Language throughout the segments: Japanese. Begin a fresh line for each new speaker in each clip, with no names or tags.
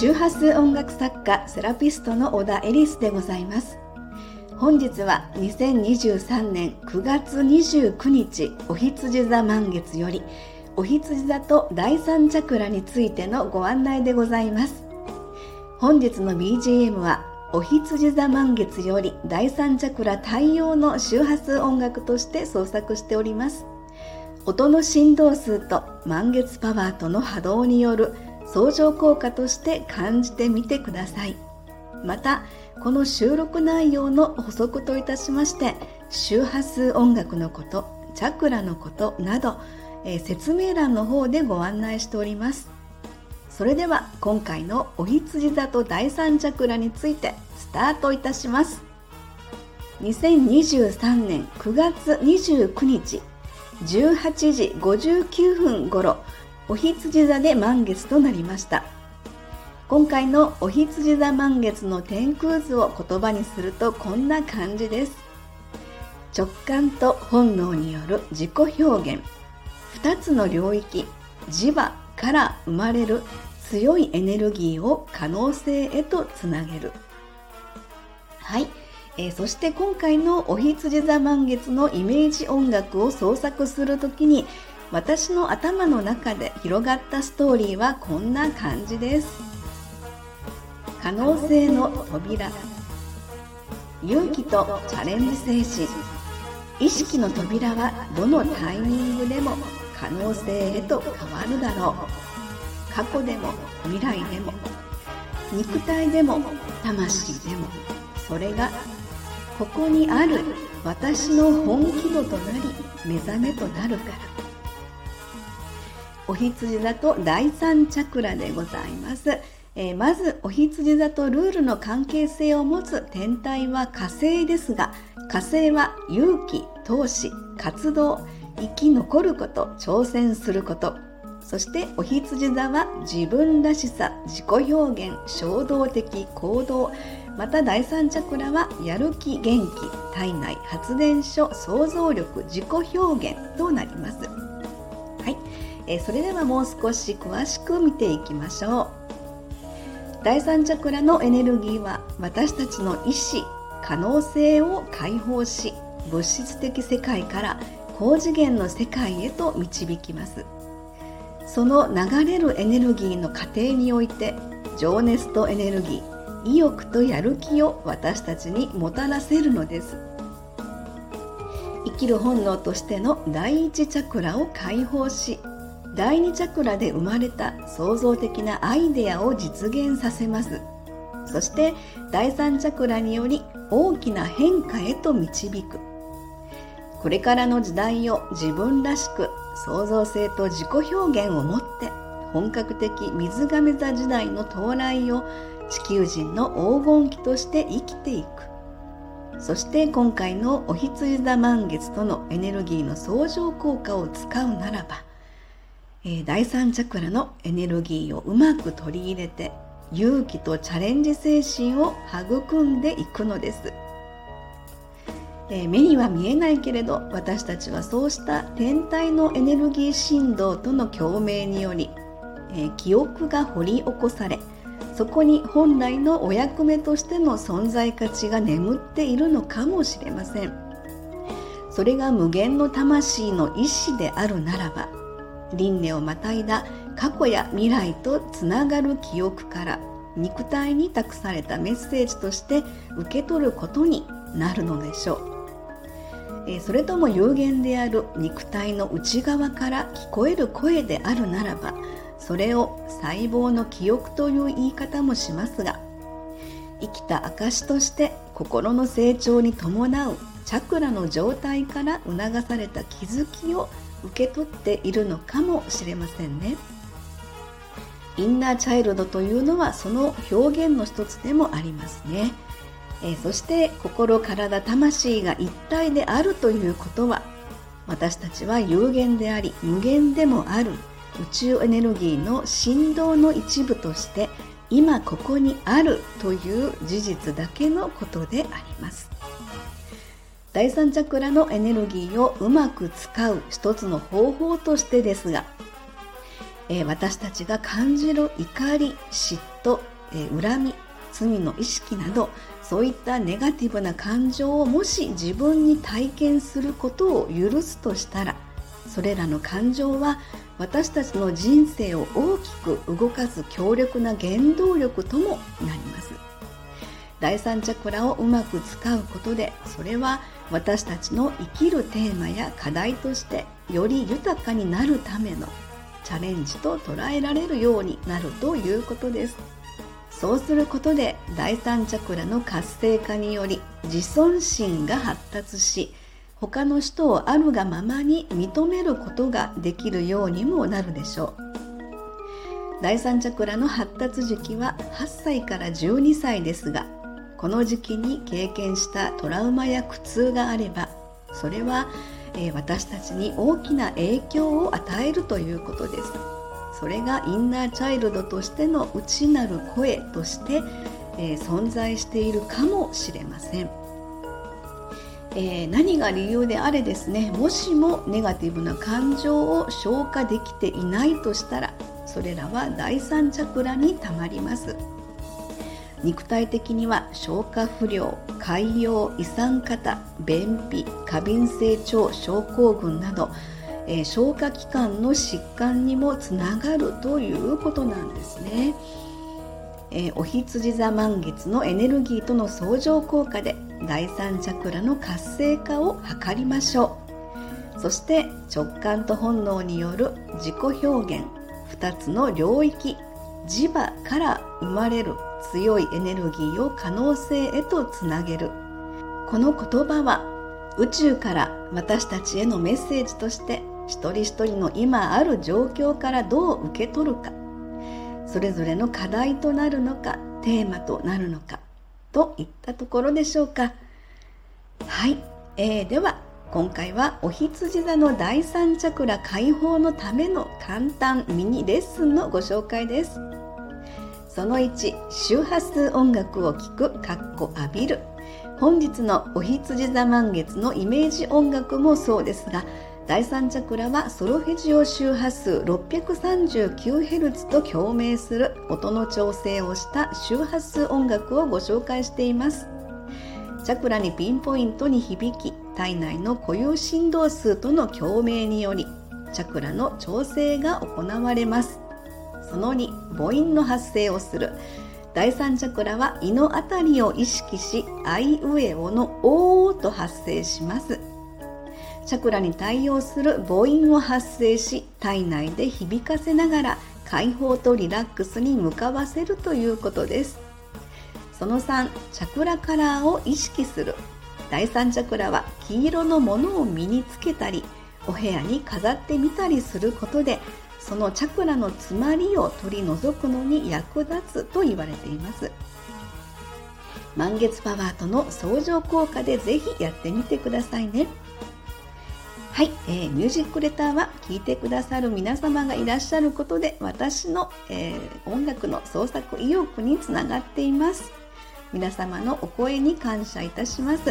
周波数音楽作家セラピストの小田エリスでございます。本日は2023年9月29日お羊座満月よりお羊座と第三チャクラについてのご案内でございます。本日の BGM はお羊座満月より第三チャクラ対応の周波数音楽として創作しております。音の振動数と満月パワーとの波動による相乗効果として感じてみてください。またこの収録内容の補足といたしまして周波数音楽のこと、チャクラのことなど、説明欄の方でご案内しております。それでは今回のお羊座と第三チャクラについてスタートいたします。2023年9月29日18時59分頃お羊座で満月となりました。今回のお羊座満月の天空図を言葉にするとこんな感じです。直感と本能による自己表現、2つの領域、磁場から生まれる強いエネルギーを可能性へとつなげる。はい、そして今回のお羊座満月のイメージ音楽を創作するときに私の頭の中で広がったストーリーはこんな感じです。可能性の扉、勇気とチャレンジ精神、意識の扉はどのタイミングでも可能性へと変わるだろう。過去でも未来でも肉体でも魂でもそれがここにある私の本気度となり目覚めとなるから。お羊座と第三チャクラでございます。まずお羊座とルールの関係性を持つ天体は火星ですが、火星は勇気、闘志、活動、生き残ること、挑戦すること、そしてお羊座は自分らしさ、自己表現、衝動的行動、また第三チャクラはやる気、元気、体内、発電所、想像力、自己表現となります。はい、それではもう少し詳しく見ていきましょう。第三チャクラのエネルギーは私たちの意志、可能性を解放し、物質的世界から高次元の世界へと導きます。その流れるエネルギーの過程において情熱とエネルギー、意欲とやる気を私たちにもたらせるのです。生きる本能としての第一チャクラを解放し、第二チャクラで生まれた創造的なアイデアを実現させます。そして第三チャクラにより大きな変化へと導く。これからの時代を自分らしく創造性と自己表現を持って本格的水亀座時代の到来を地球人の黄金期として生きていく。そして今回のお羊座満月とのエネルギーの相乗効果を使うならば、第三チャクラのエネルギーをうまく取り入れて勇気とチャレンジ精神を育んでいくのです。目には見えないけれど私たちはそうした天体のエネルギー振動との共鳴により、記憶が掘り起こされ、そこに本来のお役目としての存在価値が眠っているのかもしれません。それが無限の魂の意志であるならば、輪廻をまたいだ過去や未来とつながる記憶から肉体に託されたメッセージとして受け取ることになるのでしょう。それとも有限である肉体の内側から聞こえる声であるならば、それを細胞の記憶という言い方もしますが、生きた証として心の成長に伴うチャクラの状態から促された気づきを受け取っているのかもしれませんね。インナーチャイルドというのはその表現の一つでもありますね。そして心、体、魂が一体であるということは、私たちは有限であり無限でもある宇宙エネルギーの振動の一部として今ここにあるという事実だけのことであります。第三チャクラのエネルギーをうまく使う一つの方法としてですが、私たちが感じる怒り、嫉妬、 恨み、罪の意識など、そういったネガティブな感情をもし自分に体験することを許すとしたら、それらの感情は私たちの人生を大きく動かす強力な原動力ともなります。第三チャクラをうまく使うことで、それは私たちの生きるテーマや課題としてより豊かになるためのチャレンジと捉えられるようになるということです。そうすることで第三チャクラの活性化により自尊心が発達し、他の人をあるがままに認めることができるようにもなるでしょう。第三チャクラの発達時期は8歳から12歳ですが、この時期に経験したトラウマや苦痛があれば、それは、私たちに大きな影響を与えるということです。それがインナーチャイルドとしての内なる声として、存在しているかもしれません。何が理由であれですね、もしもネガティブな感情を消化できていないとしたら、それらは第三チャクラにたまります。肉体的には消化不良、潰瘍、胃酸過多、便秘、過敏性腸症候群など、消化器官の疾患にもつながるということなんですね。お羊座満月のエネルギーとの相乗効果で第三チャクラの活性化を図りましょう。そして直感と本能による自己表現、2つの領域、磁場から生まれる強いエネルギーを可能性へとつなげる。この言葉は宇宙から私たちへのメッセージとして、一人一人の今ある状況からどう受け取るか、それぞれの課題となるのかテーマとなるのかといったところでしょうか。はい、では今回はお羊座の第三チャクラ解放のための簡単ミニレッスンのご紹介です。その1、周波数音楽を聴く浴びる。本日のお羊座満月のイメージ音楽もそうですが、第三チャクラはソルフェジオ周波数 639Hz と共鳴する音の調整をした周波数音楽をご紹介しています。チャクラにピンポイントに響き、体内の固有振動数との共鳴によりチャクラの調整が行われます。その2、母音の発声をする。第三チャクラは胃のあたりを意識し、あいうえおのおーと発声します。チャクラに対応する母音を発声し、体内で響かせながら解放とリラックスに向かわせるということです。その3、チャクラカラーを意識する。第三チャクラは黄色のものを身につけたり、お部屋に飾ってみたりすることで、そのチャクラの詰まりを取り除くのに役立つと言われています。満月パワーとの相乗効果でぜひやってみてくださいね。はい、ミュージックレターは聴いてくださる皆様がいらっしゃることで、私の、音楽の創作意欲につながっています。皆様のお声に感謝いたします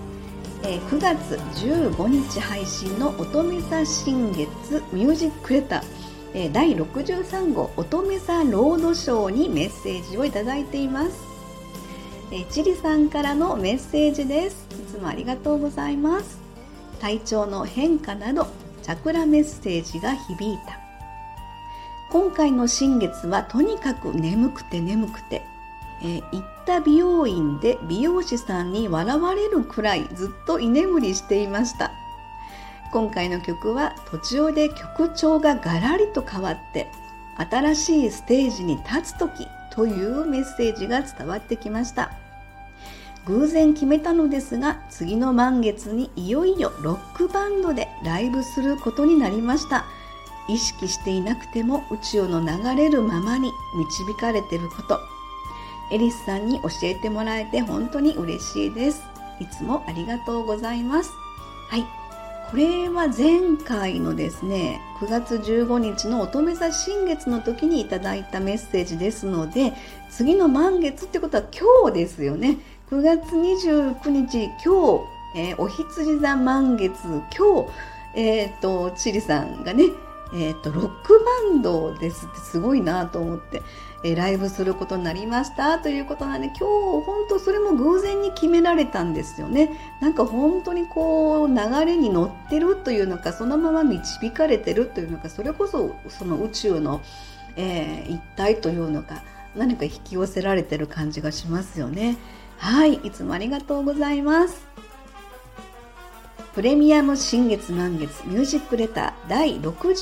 。9月15日配信の乙女座新月ミュージックレター、第63号乙女座ロードショーにメッセージをいただいています。ちりさんからのメッセージです。いつもありがとうございます。体調の変化などチャクラメッセージが響いた。今回の新月はとにかく眠くて、行った美容院で美容師さんに笑われるくらいずっと居眠りしていました。今回の曲は途中で曲調がガラリと変わって、新しいステージに立つ時というメッセージが伝わってきました。偶然決めたのですが、次の満月にいよいよロックバンドでライブすることになりました。意識していなくても宇宙の流れるままに導かれていること、エリスさんに教えてもらえて本当に嬉しいです。いつもありがとうございます。はい、これは前回のですね、9月15日の乙女座新月の時にいただいたメッセージですので、次の満月ってことは今日ですよね。9月29日今日、お羊座満月今日、ちりさんがね、 ロックバンドですってすごいなと思って、ライブすることになりましたということなんで、今日本当それも偶然に決められたんですよね。なんか本当にこう流れに乗ってるというのか、そのまま導かれてるというのか、それこそその宇宙の、一体というのか、何か引き寄せられてる感じがしますよね。はい、いつもありがとうございます。プレミアム新月満月ミュージックレター第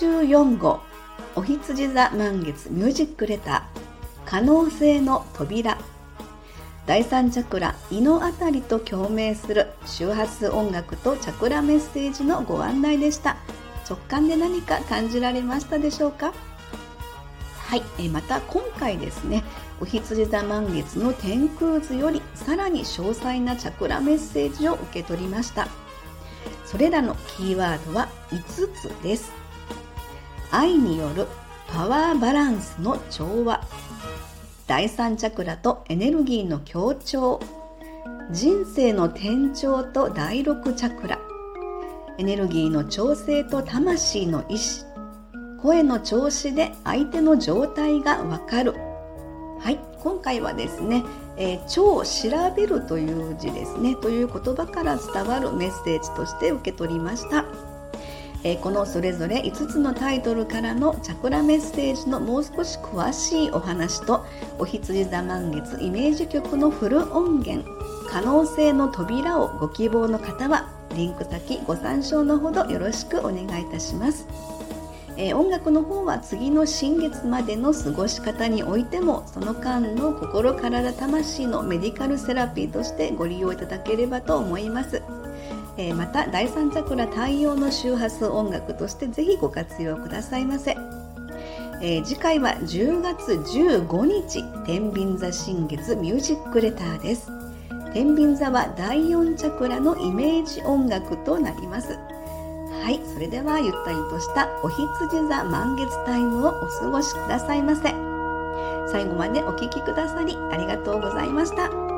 64号、お羊座満月ミュージックレター、可能性の扉。第三チャクラ胃のあたりと共鳴する周波数音楽とチャクラメッセージのご案内でした。直感で何か感じられましたでしょうか？はい、また今回ですね、お羊座満月の天空図よりさらに詳細なチャクラメッセージを受け取りました。それらのキーワードは5つです。愛によるパワーバランスの調和、第三チャクラとエネルギーの協調、人生の転調と第6チャクラ、エネルギーの調整と魂の意志、声の調子で相手の状態がわかる。はい、今回はですね、調べるという字ですね、という言葉から伝わるメッセージとして受け取りました。このそれぞれ5つのタイトルからのチャクラメッセージのもう少し詳しいお話と、お羊座満月イメージ曲のフル音源、可能性の扉をご希望の方はリンク先ご参照のほどよろしくお願いいたします。音楽の方は次の新月までの過ごし方においても、その間の心体魂のメディカルセラピーとしてご利用いただければと思います。また第三チャクラ対応の周波数音楽としてぜひご活用くださいませ。次回は10月15日天秤座新月ミュージックレターです。天秤座は第4チャクラのイメージ音楽となります。はい、それではゆったりとしたお羊座満月タイムをお過ごしくださいませ。最後までお聞きくださりありがとうございました。